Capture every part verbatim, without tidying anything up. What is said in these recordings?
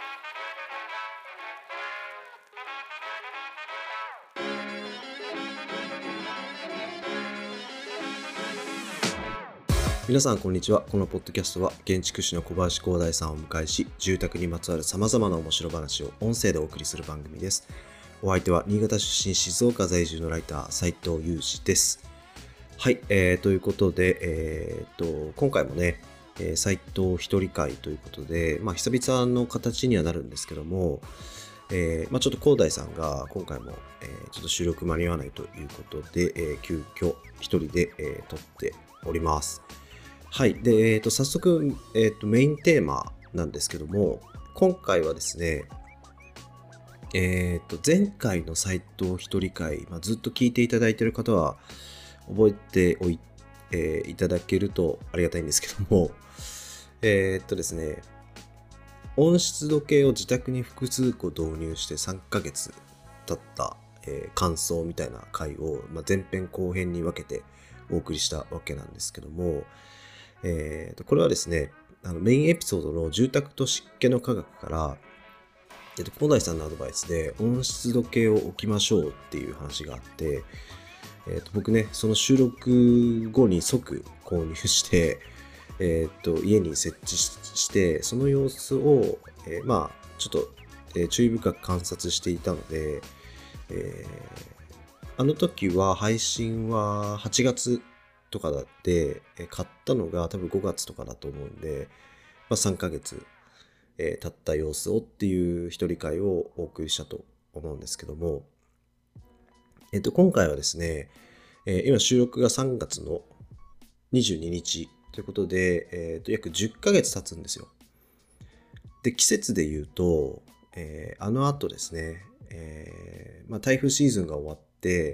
皆さんこんにちは。このポッドキャストは建築士の小林光大さんをお迎えし、住宅にまつわる様々な面白話を音声でお送りする番組です。お相手は新潟出身、静岡在住のライター斉藤裕二です。はい、えー、ということで、えー、と今回もね、えー、斉藤一人会ということで、まあ久々の形にはなるんですけども、えーまあ、ちょっと光大さんが今回も、えー、ちょっと収録間に合わないということで、えー、急遽一人で、えー、撮っております。はい。で、えー、と早速、えー、とメインテーマなんですけども、今回はですね、えー、と前回の斉藤一人会、まあ、ずっと聞いていただいている方は覚えておい、えー、いただけるとありがたいんですけども、えっとですね、温湿度計を自宅に複数個導入してさんかげつ経った、えー感想みたいな回を、まあ、前編後編に分けてお送りしたわけなんですけども、えーとこれはですね、あのメインエピソードの住宅と湿気の科学から、えっと、小田井さんのアドバイスで温湿度計を置きましょうっていう話があって、えーと僕ね、その収録後に即購入して、えーと家に設置しして、その様子を、えーまあ、ちょっと、えー注意深く観察していたので、えーあの時は配信ははちがつとかだって、えー買ったのが多分ごがつとかだと思うんで、まあ、さんかげつ、えー経った様子をっていう一人会をお送りしたと思うんですけども、えっと、今回はですね、えー今収録がさんがつのにじゅうににちということで、えーと約じゅっかげつ経つんですよ。で、季節で言うと、えーあの後ですね、えーまあ、台風シーズンが終わって、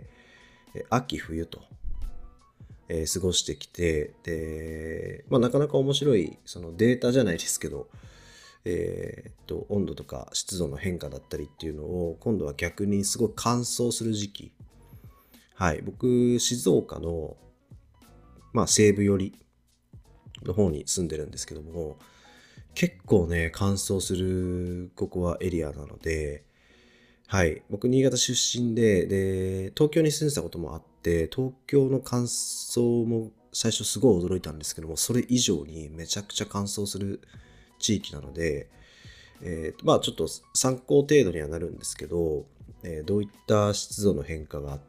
えー秋冬と、えー過ごしてきて、で、まあ、なかなか面白いそのデータじゃないですけど、えー、と温度とか湿度の変化だったりっていうのを今度は逆にすごく乾燥する時期。はい、僕静岡の、まあ、西部寄りの方に住んでるんですけども、結構ね乾燥するここはエリアなので、はい、僕新潟出身で、で東京に住んでたこともあって、東京の乾燥も最初すごい驚いたんですけども、それ以上にめちゃくちゃ乾燥する地域なので、えーまあちょっと参考程度にはなるんですけど、えーどういった湿度の変化があって、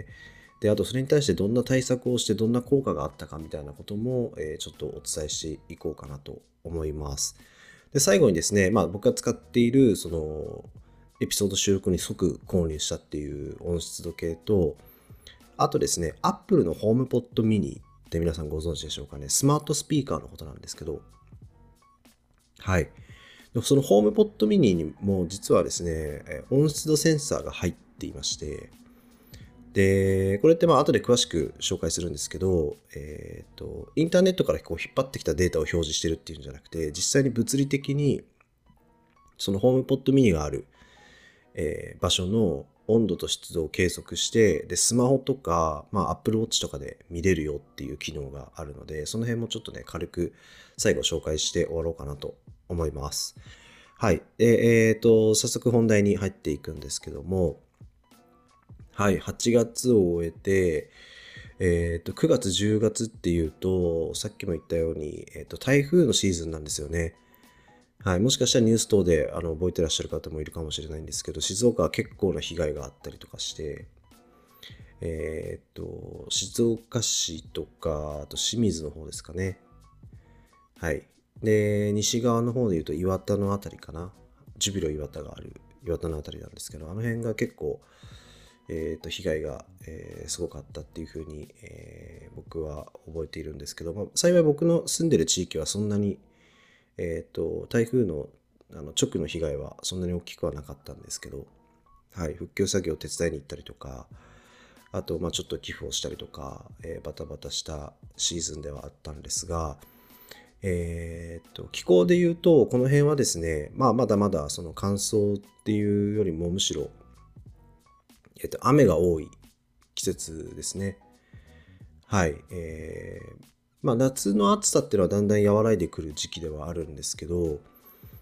であとそれに対してどんな対策をしてどんな効果があったかみたいなことも、えーちょっとお伝えしていこうかなと思います。で最後にですね、まあ、僕が使っているそのエピソード収録に即購入したっていう温湿度計と、あとですね、Apple のホームポットミニって皆さんご存知でしょうかね。スマートスピーカーのことなんですけど、はい。でそのホームポットミニにも実はですね、えー温湿度センサーが入っていまして、で、これってまあ後で詳しく紹介するんですけど、えっと、インターネットからこう引っ張ってきたデータを表示してるっていうんじゃなくて、実際に物理的にそのホームポットミニがある、えー場所の温度と湿度を計測して、で、スマホとか、まあ Apple Watch とかで見れるよっていう機能があるので、その辺もちょっとね、軽く最後紹介して終わろうかなと思います。はい。で、えっと、早速本題に入っていくんですけども、はい、はちがつを終えて、えっと、くがつ、じゅうがつっていうと、さっきも言ったように、えっと、台風のシーズンなんですよね。はい、もしかしたらニュース等であの覚えてらっしゃる方もいるかもしれないんですけど、静岡は結構な被害があったりとかして、えっと、静岡市とか、あと清水の方ですかね。はい。で、西側の方で言うと岩田のあたりかな。ジュビロ岩田がある岩田のあたりなんですけど、あの辺が結構、えーと被害が、えーすごかったっていうふうに、えー僕は覚えているんですけど、まあ、幸い僕の住んでる地域はそんなに、えーと台風の、あの直の被害はそんなに大きくはなかったんですけど、はい、復旧作業を手伝いに行ったりとか、あとまあちょっと寄付をしたりとか、えーバタバタしたシーズンではあったんですが、えー、と気候で言うとこの辺はですね、まあ、まだまだその乾燥っていうよりもむしろ、えー、と雨が多い季節ですね。はい、えーまあ、夏の暑さっていうのはだんだん和らいでくる時期ではあるんですけど、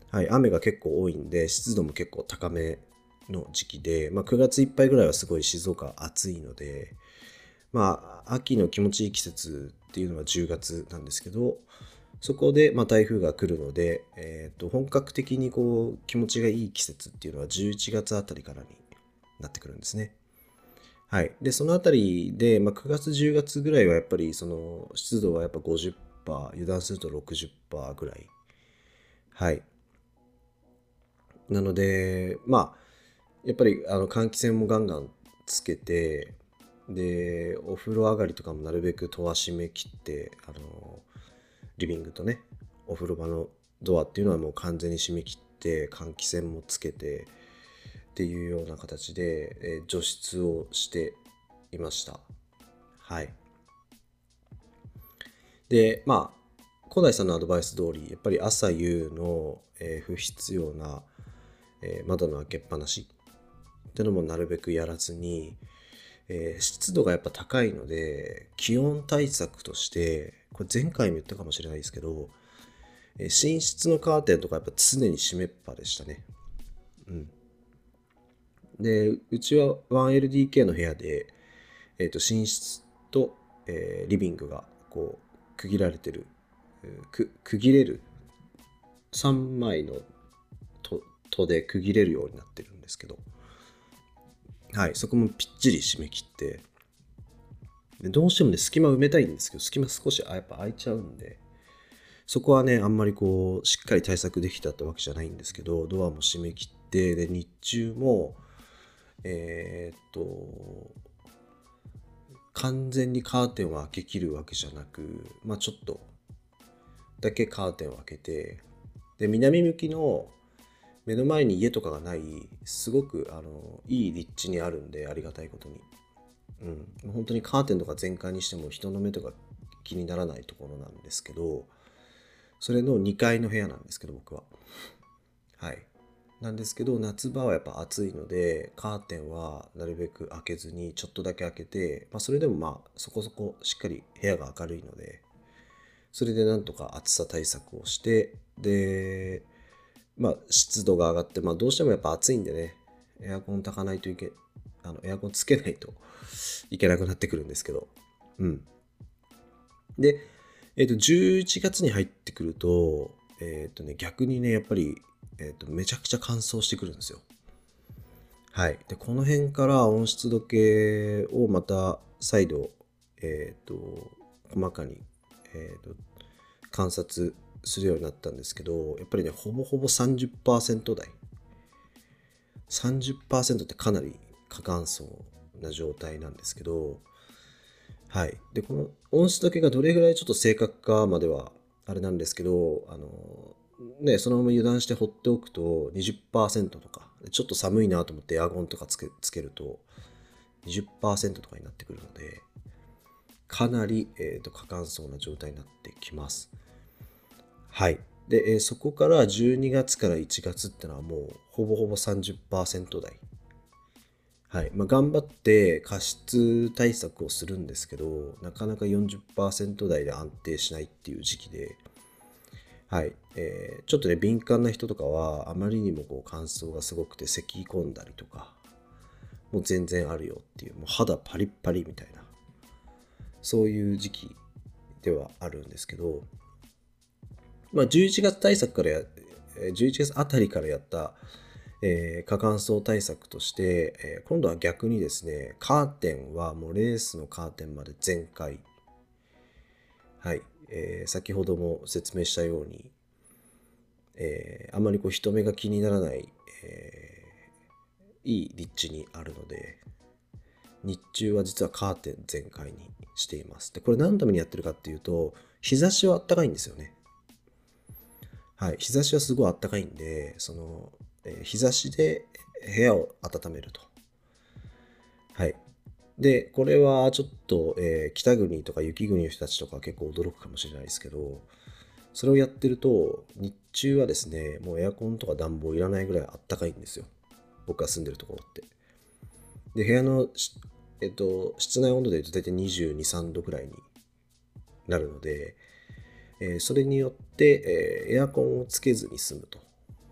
はい、雨が結構多いんで、湿度も結構高めの時期で、まあ、くがついっぱいぐらいはすごい静岡暑いので、まあ、秋の気持ちいい季節っていうのはじゅうがつなんですけど、そこでまあ台風が来るので、えー、と本格的にこう気持ちがいい季節っていうのはじゅういちがつあたりからになってくるんですね。はい。で、そのあたりで、まあ、くがつ、じゅうがつぐらいはやっぱりその湿度はやっぱごじゅっパーセント、油断するとろくじゅっパーセントぐらい。はい。なので、まあ、やっぱりあの換気扇もガンガンつけて、で、お風呂上がりとかもなるべく戸は閉め切って、あの、リビングとね、お風呂場のドアっていうのはもう完全に閉め切って、換気扇もつけてっていうような形で、えー除湿をしていました。はい。で、まあ、小田井さんのアドバイス通り、やっぱり朝夕の、えー不必要な、えー窓の開けっぱなしっていうのもなるべくやらずに、えー湿度がやっぱ高いので、気温対策として、これ前回も言ったかもしれないですけど、えー寝室のカーテンとかやっぱ常に閉めっぱでしたね。うん。で、うちは ワンエルディーケー の部屋で、えーと、寝室と、えーリビングがこう区切られてる、く区切れるさんまいの戸戸で区切れるようになってるんですけど、はい、そこもぴっちり締め切って、でどうしてもね、隙間埋めたいんですけど、隙間少しやっぱ空いちゃうんで、そこはね、あんまりこう、しっかり対策できたってわけじゃないんですけど、ドアも閉め切って、で、日中も、えーっと、完全にカーテンを開け切るわけじゃなく、まあちょっとだけカーテンを開けて、で、南向きの目の前に家とかがない、すごくあのいい立地にあるんで、ありがたいことに。うん、本当にカーテンとか全開にしても人の目とか気にならないところなんですけど、それのにかいの部屋なんですけど、僕は。はい。なんですけど、夏場はやっぱ暑いので、カーテンはなるべく開けずに、ちょっとだけ開けて、まあ、それでもまあ、そこそこしっかり部屋が明るいので、それでなんとか暑さ対策をして、で、まあ、湿度が上がって、まあ、どうしてもやっぱ暑いんでね、エアコン炊かないといけ、あの、エアコンつけないといけなくなってくるんですけど、うん。で、えっと、じゅういちがつに入ってくると、えっとね、逆にね、やっぱり、えっと、めちゃくちゃ乾燥してくるんですよ。はい。で、この辺から温湿度計をまた再度、えっと、細かに、えっと、観察するようになったんですけど、やっぱりね、ほぼほぼさんじゅっパーセント台。さんじゅっパーセントってかなり過乾燥な状態なんですけど、はい。で、この音質だけがどれぐらいちょっと正確かまではあれなんですけど、あの、ね、そのまま油断して放っておくとにじゅっパーセントとか、ちょっと寒いなと思ってエアコンとかつけ、つけるとにじゅっパーセントとかになってくるので、かなり、えーと、過乾燥な状態になってきます。はい。で、えーそこからじゅうにがつからいちがつってのはもうほぼほぼさんじゅっパーセント台。はい。まあ、頑張って加湿対策をするんですけど、なかなかよんじゅっパーセント台で安定しないっていう時期で、はい。えーちょっとね、敏感な人とかは、あまりにもこう乾燥がすごくて咳き込んだりとか、もう全然あるよっていう、もう肌パリッパリみたいな、そういう時期ではあるんですけど、まあ、じゅういちがつ対策からや、えーじゅういちがつあたりからやった、えー過乾燥対策として、えー今度は逆にですね、カーテンはもうレースのカーテンまで全開。はい。えー先ほども説明したように、えーあまりこう人目が気にならない、えーいい立地にあるので、日中は実はカーテン全開にしています。で、これ何のためにやってるかっていうと、日差しは暖かいんですよね。はい。日差しはすごい暖かいんで、その、えー日差しで部屋を温めると。はい。で、これはちょっと、えー北国とか雪国の人たちとか結構驚くかもしれないですけど、それをやってると、日中はですね、もうエアコンとか暖房いらないぐらい暖かいんですよ。僕が住んでるところって。で、部屋のし、えっと、室内温度で言うと大体にじゅうに、さんどぐらいになるので、えーそれによって、えーエアコンをつけずに済むと。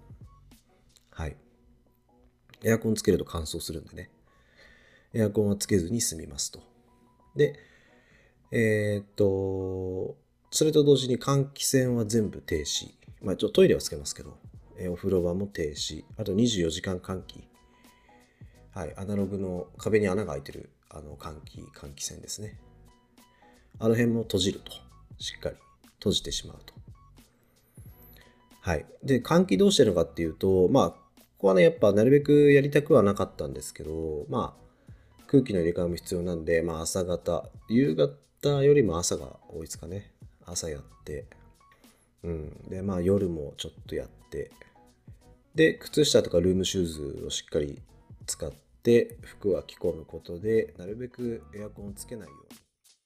はい。エアコンつけると乾燥するんでね。エアコンはつけずに済みますと。で、えーっと、それと同時に換気扇は全部停止。まあ、ちょっとトイレはつけますけど、えーお風呂場も停止。あとにじゅうよじかん換気。はい、アナログの壁に穴が開いてるあの換気、換気扇ですね。あの辺も閉じると。しっかり閉じてしまうと。はい。で、換気どうしてるのかっていうと、まあ、ここはね、やっぱなるべくやりたくはなかったんですけど、まあ、空気の入れ替えも必要なんで、まあ、朝方、夕方よりも朝が多いですかね。朝やって、うん。で、まあ、夜もちょっとやって、で、靴下とかルームシューズをしっかり使って、服は着込むことで、なるべくエアコンをつけないように。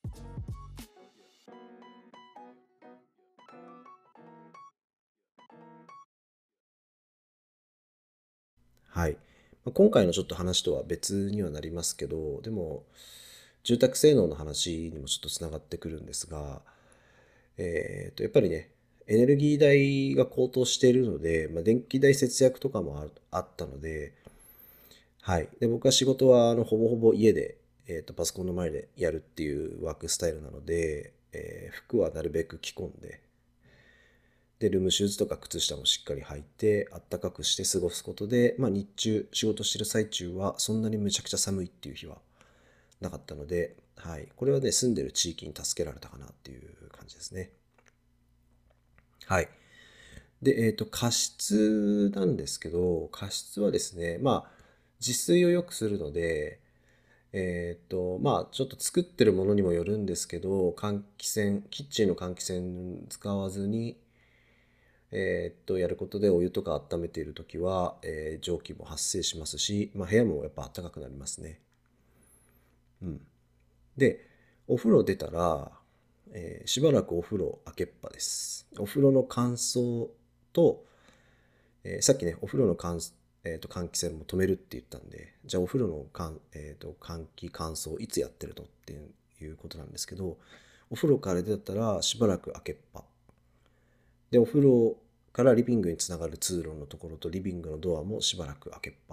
はい。まあ今回のちょっと話とは別にはなりますけど、でも、住宅性能の話にもちょっとつながってくるんですが、えーと、やっぱりね、エネルギー代が高騰しているので、まあ、電気代節約とかもああったので、はい。で、僕は仕事はあのほぼほぼ家で、えーと、パソコンの前でやるっていうワークスタイルなので、えー服はなるべく着込んで、で、ルームシューズとか靴下もしっかり履いて、あったかくして過ごすことで、まあ日中、仕事してる最中はそんなにむちゃくちゃ寒いっていう日はなかったので、はい。これはね、住んでる地域に助けられたかなっていう感じですね。はい。で、えっと、加湿なんですけど、加湿はですね、まあ、自炊をよくするので、えっと、まあ、ちょっと作ってるものにもよるんですけど、換気扇、キッチンの換気扇使わずに、えーっと、やることでお湯とか温めているときは、えー蒸気も発生しますし、まあ、部屋もやっぱ暖かくなりますね。うん。で、お風呂出たら、えーしばらくお風呂開けっぱです。お風呂の乾燥と、えーさっきね、お風呂の乾、えーと換気扇も止めるって言ったんで、じゃあお風呂の換,、えーと換気乾燥いつやってるのっていうことなんですけど、お風呂から出たらしばらく開けっぱ。で、お風呂からリビングにつながる通路のところとリビングのドアもしばらく開けっぱ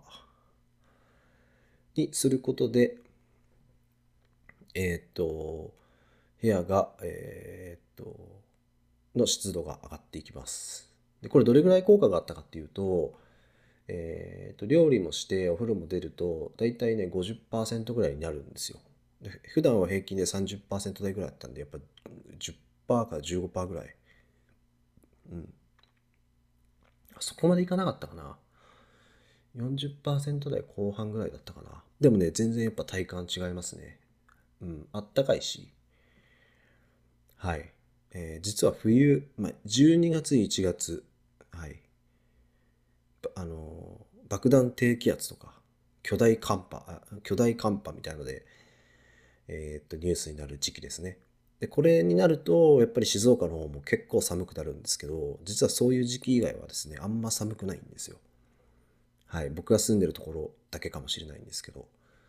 にすることで、えっと、部屋が、えっと、の湿度が上がっていきます。で、これどれぐらい効果があったかっていうと、えっと、料理もしてお風呂も出ると、だいたいね、ごじゅっパーセントぐらいになるんですよ。で普段は平均でさんじゅっパーセント台ぐらいだったんで、やっぱじゅっパーセントからじゅうごパーセントぐらい。うん。そこまでいかなかったかな。よんじゅっパーセント台後半ぐらいだったかな。でもね、全然やっぱ体感違いますね。うん、あったかいし。はい。えー実は冬、まあ、じゅうにがつ、いちがつ、はい。あのー、爆弾低気圧とか、巨大寒波、あ巨大寒波みたいので、えーっと、ニュースになる時期ですね。で、これになると、やっぱり静岡の方も結構寒くなるんですけど、実はそういう時期以外はですね、あんま寒くないんですよ。はい。僕が住んでるところだけかもしれないんですけど。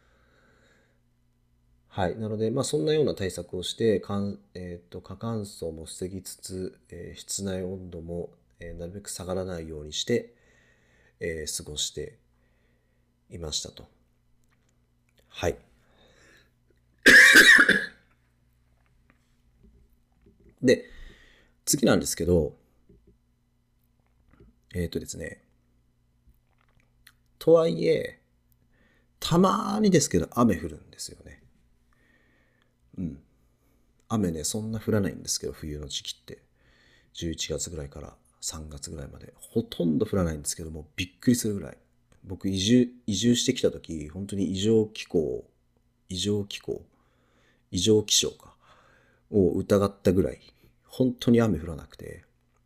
はい。なので、まあ、そんなような対策をして、かん、えっと、過乾燥も防ぎつつ、えー室内温度も、えーなるべく下がらないようにして、えー過ごしていましたと。はい。で、次なんですけど、えっとですね、とはいえ、たまーにですけど雨降るんですよね。うん。雨ね、そんな降らないんですけど、冬の時期って。じゅういちがつぐらいからさんがつぐらいまで。ほとんど降らないんですけども、びっくりするぐらい。僕移住、移住してきた時、本当に異常気候、異常気候、異常気象か、を疑ったぐらい、本当に雨降らなくて、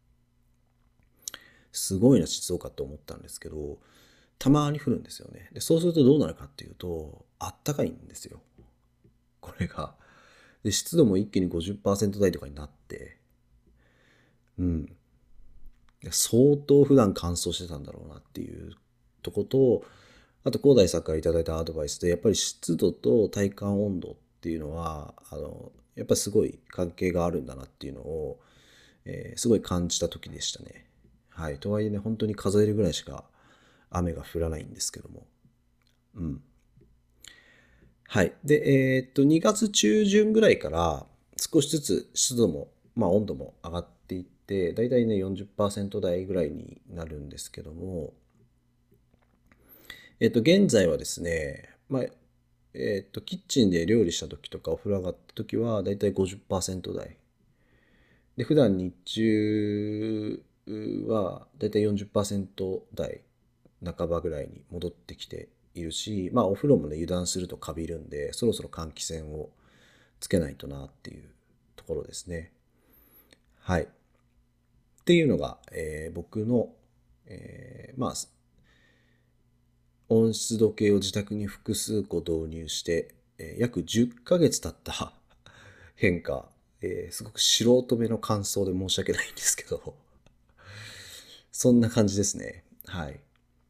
すごいな静岡と思ったんですけど、たまに降るんですよね。で、そうするとどうなるかっていうと、あったかいんですよ。これが。で、湿度も一気にごじゅっパーセント台とかになって、うん。相当普段乾燥してたんだろうなっていうとこと、あと、広大さんからいただいたアドバイスで、やっぱり湿度と体感温度っていうのは、あの、やっぱりすごい関係があるんだなっていうのを、えーすごい感じた時でしたね。はい。とはいえね、本当に数えるぐらいしか雨が降らないんですけども。うん。はい。で、えーっと、にがつ中旬ぐらいから少しずつ湿度も、まあ温度も上がっていって、だいたいね、よんじゅっパーセント台ぐらいになるんですけども、えーっと、現在はですね、まあ、えーっと、キッチンで料理した時とかお風呂上がった時はだいたいごじゅっパーセント台。で、普段日中はだいたいよんじゅっパーセント台半ばぐらいに戻ってきているし、まあお風呂もね、油断するとカビるんで、そろそろ換気扇をつけないとなっていうところですね。はい。っていうのが、えー僕の、えーまあ、温湿度計を自宅に複数個導入して、えー約じゅっかげつ経った変化、えーすごく素人目の感想で申し訳ないんですけど、そんな感じですね。はい。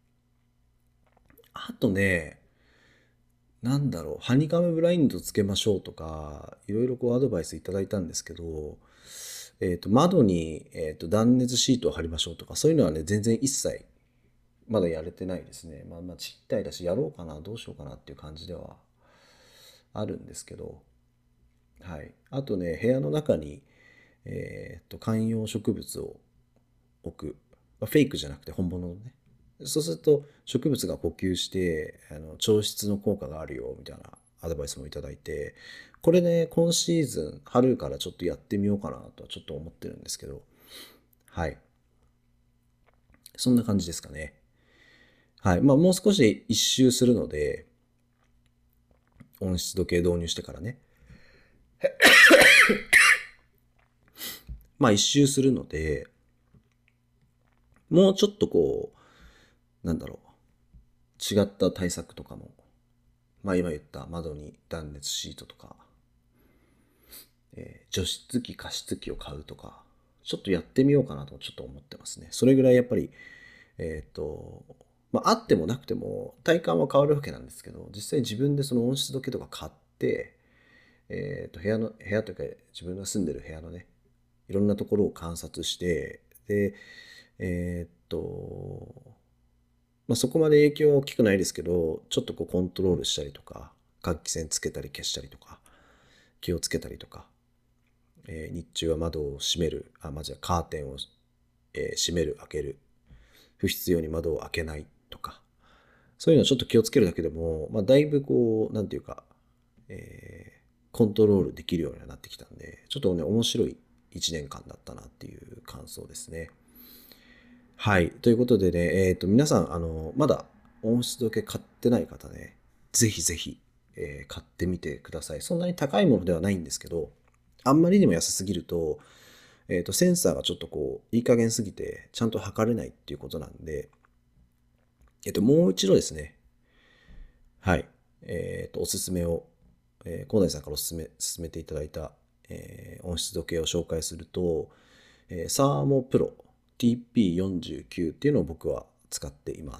あとね、なんだろう、ハニカムブラインドつけましょうとか、いろいろこうアドバイスいただいたんですけど、えっと、窓に、えっと、断熱シートを貼りましょうとか、そういうのはね、全然一切まだやれてないですね。まあまあ、ちったいだし、やろうかな、どうしようかなっていう感じではあるんですけど、はい。あとね、部屋の中に、えっと、観葉植物を置く。まあフェイクじゃなくて本物のね。そうすると植物が呼吸してあの調湿の効果があるよみたいなアドバイスもいただいて、これね、今シーズン春からちょっとやってみようかなとはちょっと思ってるんですけど、はい。そんな感じですかね。はい。まあもう少し一周するので、温湿度計導入してからね。まあ一周するので、もうちょっとこう、なんだろう。違った対策とかも、まあ今言った窓に断熱シートとか、えー除湿機、加湿器を買うとか、ちょっとやってみようかなとちょっと思ってますね。それぐらいやっぱり、えっと、まあ、あってもなくても体感は変わるわけなんですけど、実際自分でその温湿度計とか買って、えっと、部屋の、部屋というか自分が住んでる部屋のね、いろんなところを観察して、で、えっと、まあ、そこまで影響は大きくないですけど、ちょっとこうコントロールしたりとか、換気扇つけたり消したりとか、気をつけたりとか、えー日中は窓を閉める、あ、まずはカーテンを、えー閉める、開ける、不必要に窓を開けないとか、そういうのをちょっと気をつけるだけでも、まあ、だいぶこう、なんていうか、えーコントロールできるようになってきたんで、ちょっとね、面白いいちねんかんだったなっていう感想ですね。はい。ということでね、えっと、皆さん、あの、まだ温湿度計買ってない方ね、ぜひぜひ、えー買ってみてください。そんなに高いものではないんですけど、あんまりにも安すぎると、えっと、センサーがちょっとこう、いい加減すぎて、ちゃんと測れないっていうことなんで、えっと、もう一度ですね、はい、えっと、おすすめを、えー、広大さんからおすすめ、進めていただいた、えー温湿度計を紹介すると、えーサーモプロ ティーピーよんじゅうきゅう っていうのを僕は使っています。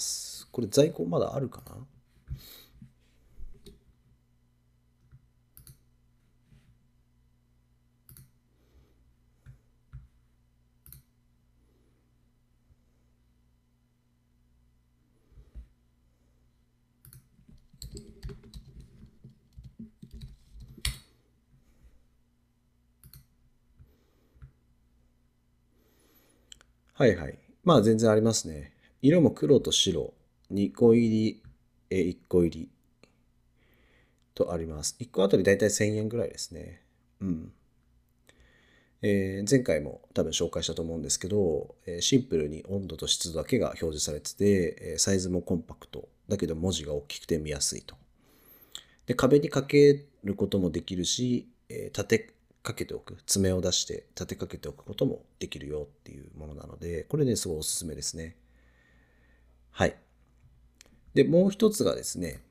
これ在庫まだあるかな。はいはい。まあ全然ありますね。色も黒と白、にこ入り、えーいっこ入りとあります。いっこあたりだいたいせんえんぐらいですね。うん。えー前回も多分紹介したと思うんですけど、えーシンプルに温度と湿度だけが表示されてて、えーサイズもコンパクト。だけど文字が大きくて見やすいと。で、壁にかけることもできるし、えー立てかけておく。爪を出して立てかけておくこともできるよっていうものなので、これね、すごいおすすめですね。はい。で、もう一つがですね、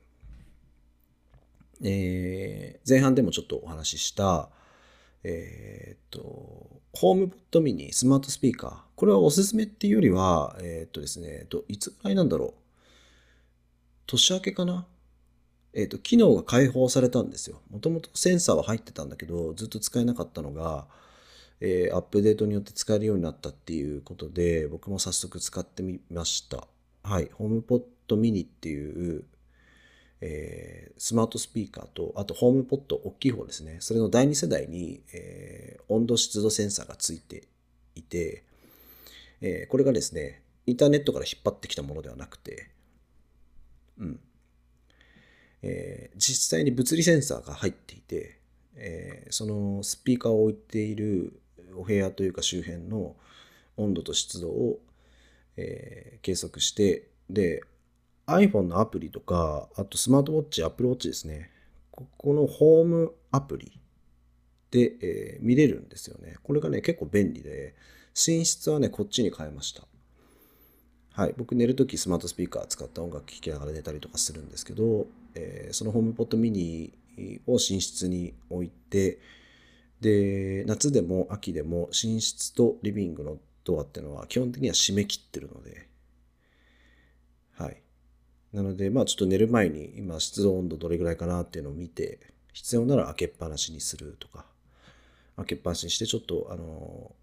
えー前半でもちょっとお話しした、えーっと、ホームポットミニスマートスピーカー。これはおすすめっていうよりは、えーっとですね、といつぐらいなんだろう。年明けかな。えーっと、機能が開放されたんですよ。もともとセンサーは入ってたんだけど、ずっと使えなかったのが、えーアップデートによって使えるようになったっていうことで、僕も早速使ってみました。 はい、ホームポットミニっていう、えースマートスピーカーと、あとホームポット大きい方ですね。それのだいに世代に、えー温度湿度センサーがついていて、えーこれがですね、インターネットから引っ張ってきたものではなくて、うんえー実際に物理センサーが入っていて、えーそのスピーカーを置いているお部屋というか周辺の温度と湿度を、えー計測して、で、iPhone のアプリとか、あとスマートウォッチ、Apple Watch ですね。ここのホームアプリで、えー見れるんですよね。これがね、結構便利で、寝室はね、こっちに変えました。はい、僕寝るときスマートスピーカー使った音楽聴きながら寝たりとかするんですけど、えーそのホームポットミニを寝室に置いて、で、夏でも秋でも寝室とリビングのドアっていうのは基本的には閉め切ってるので、はい。なので、まあちょっと寝る前に今湿度温度どれぐらいかなっていうのを見て、必要なら開けっぱなしにするとか、開けっぱなしにしてちょっと、あの、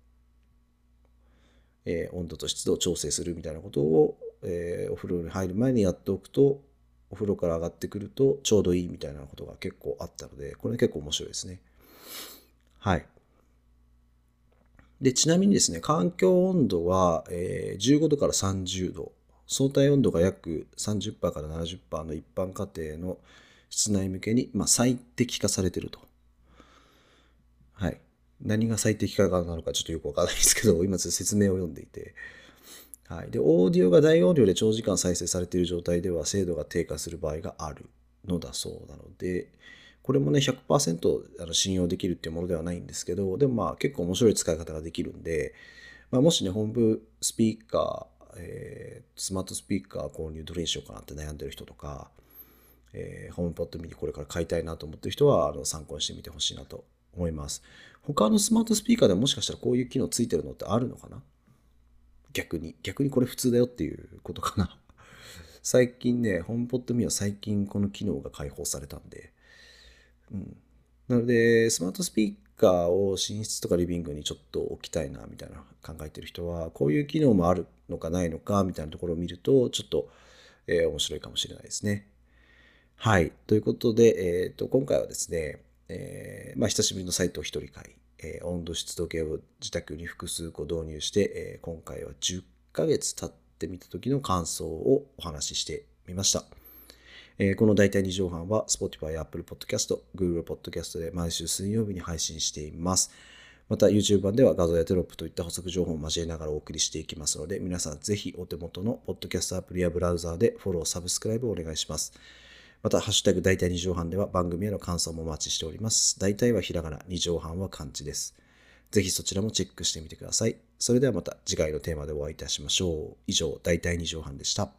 えー温度と湿度を調整するみたいなことを、えーお風呂に入る前にやっておくと、お風呂から上がってくるとちょうどいいみたいなことが結構あったので、これ結構面白いですね。はい。で、ちなみにですね、環境温度は、えーじゅうごどからさんじゅうど、相対温度が約さんじゅっパーセントからななじゅっパーセントの一般家庭の室内向けに、まあ、最適化されていると。はい。何が最適化なのかちょっとよくわからないですけど、今ちょっと説明を読んでいて、はい。で、オーディオが大音量で長時間再生されている状態では精度が低下する場合があるのだそうなので、これもね、ひゃくパーセントあの信用できるっていうものではないんですけど、でもまあ結構面白い使い方ができるんで、まあ、もしね、ホームスピーカー、えースマートスピーカー購入どれにしようかなって悩んでる人とか、えーホームポットミニこれから買いたいなと思ってる人はあの参考にしてみてほしいなと思います。他のスマートスピーカーでももしかしたらこういう機能ついてるのってあるのかな。逆に。逆にこれ普通だよっていうことかな。最近ね、ホームポットミニは最近この機能が開放されたんで。うん。なので、スマートスピーカーを寝室とかリビングにちょっと置きたいな、みたいな考えてる人は、こういう機能もあるのかないのか、みたいなところを見ると、ちょっと、えー面白いかもしれないですね。はい。ということで、えっと、今回はですね、えーまあ、久しぶりのサイト一人会、えー温度湿度計を自宅に複数個導入して、えー今回はじゅっかげつ経ってみた時の感想をお話ししてみました。えーこの大体に畳半は Spotify、Apple Podcast、Google Podcast で毎週水曜日に配信しています。また YouTube 版では画像やテロップといった補足情報を交えながらお送りしていきますので、皆さんぜひお手元のポッドキャストアプリやブラウザーでフォロー、サブスクライブをお願いします。また、ハッシュタグ大体に畳半では番組への感想もお待ちしております。大体はひらがな、に畳半は漢字です。ぜひそちらもチェックしてみてください。それではまた次回のテーマでお会いいたしましょう。以上、大体に畳半でした。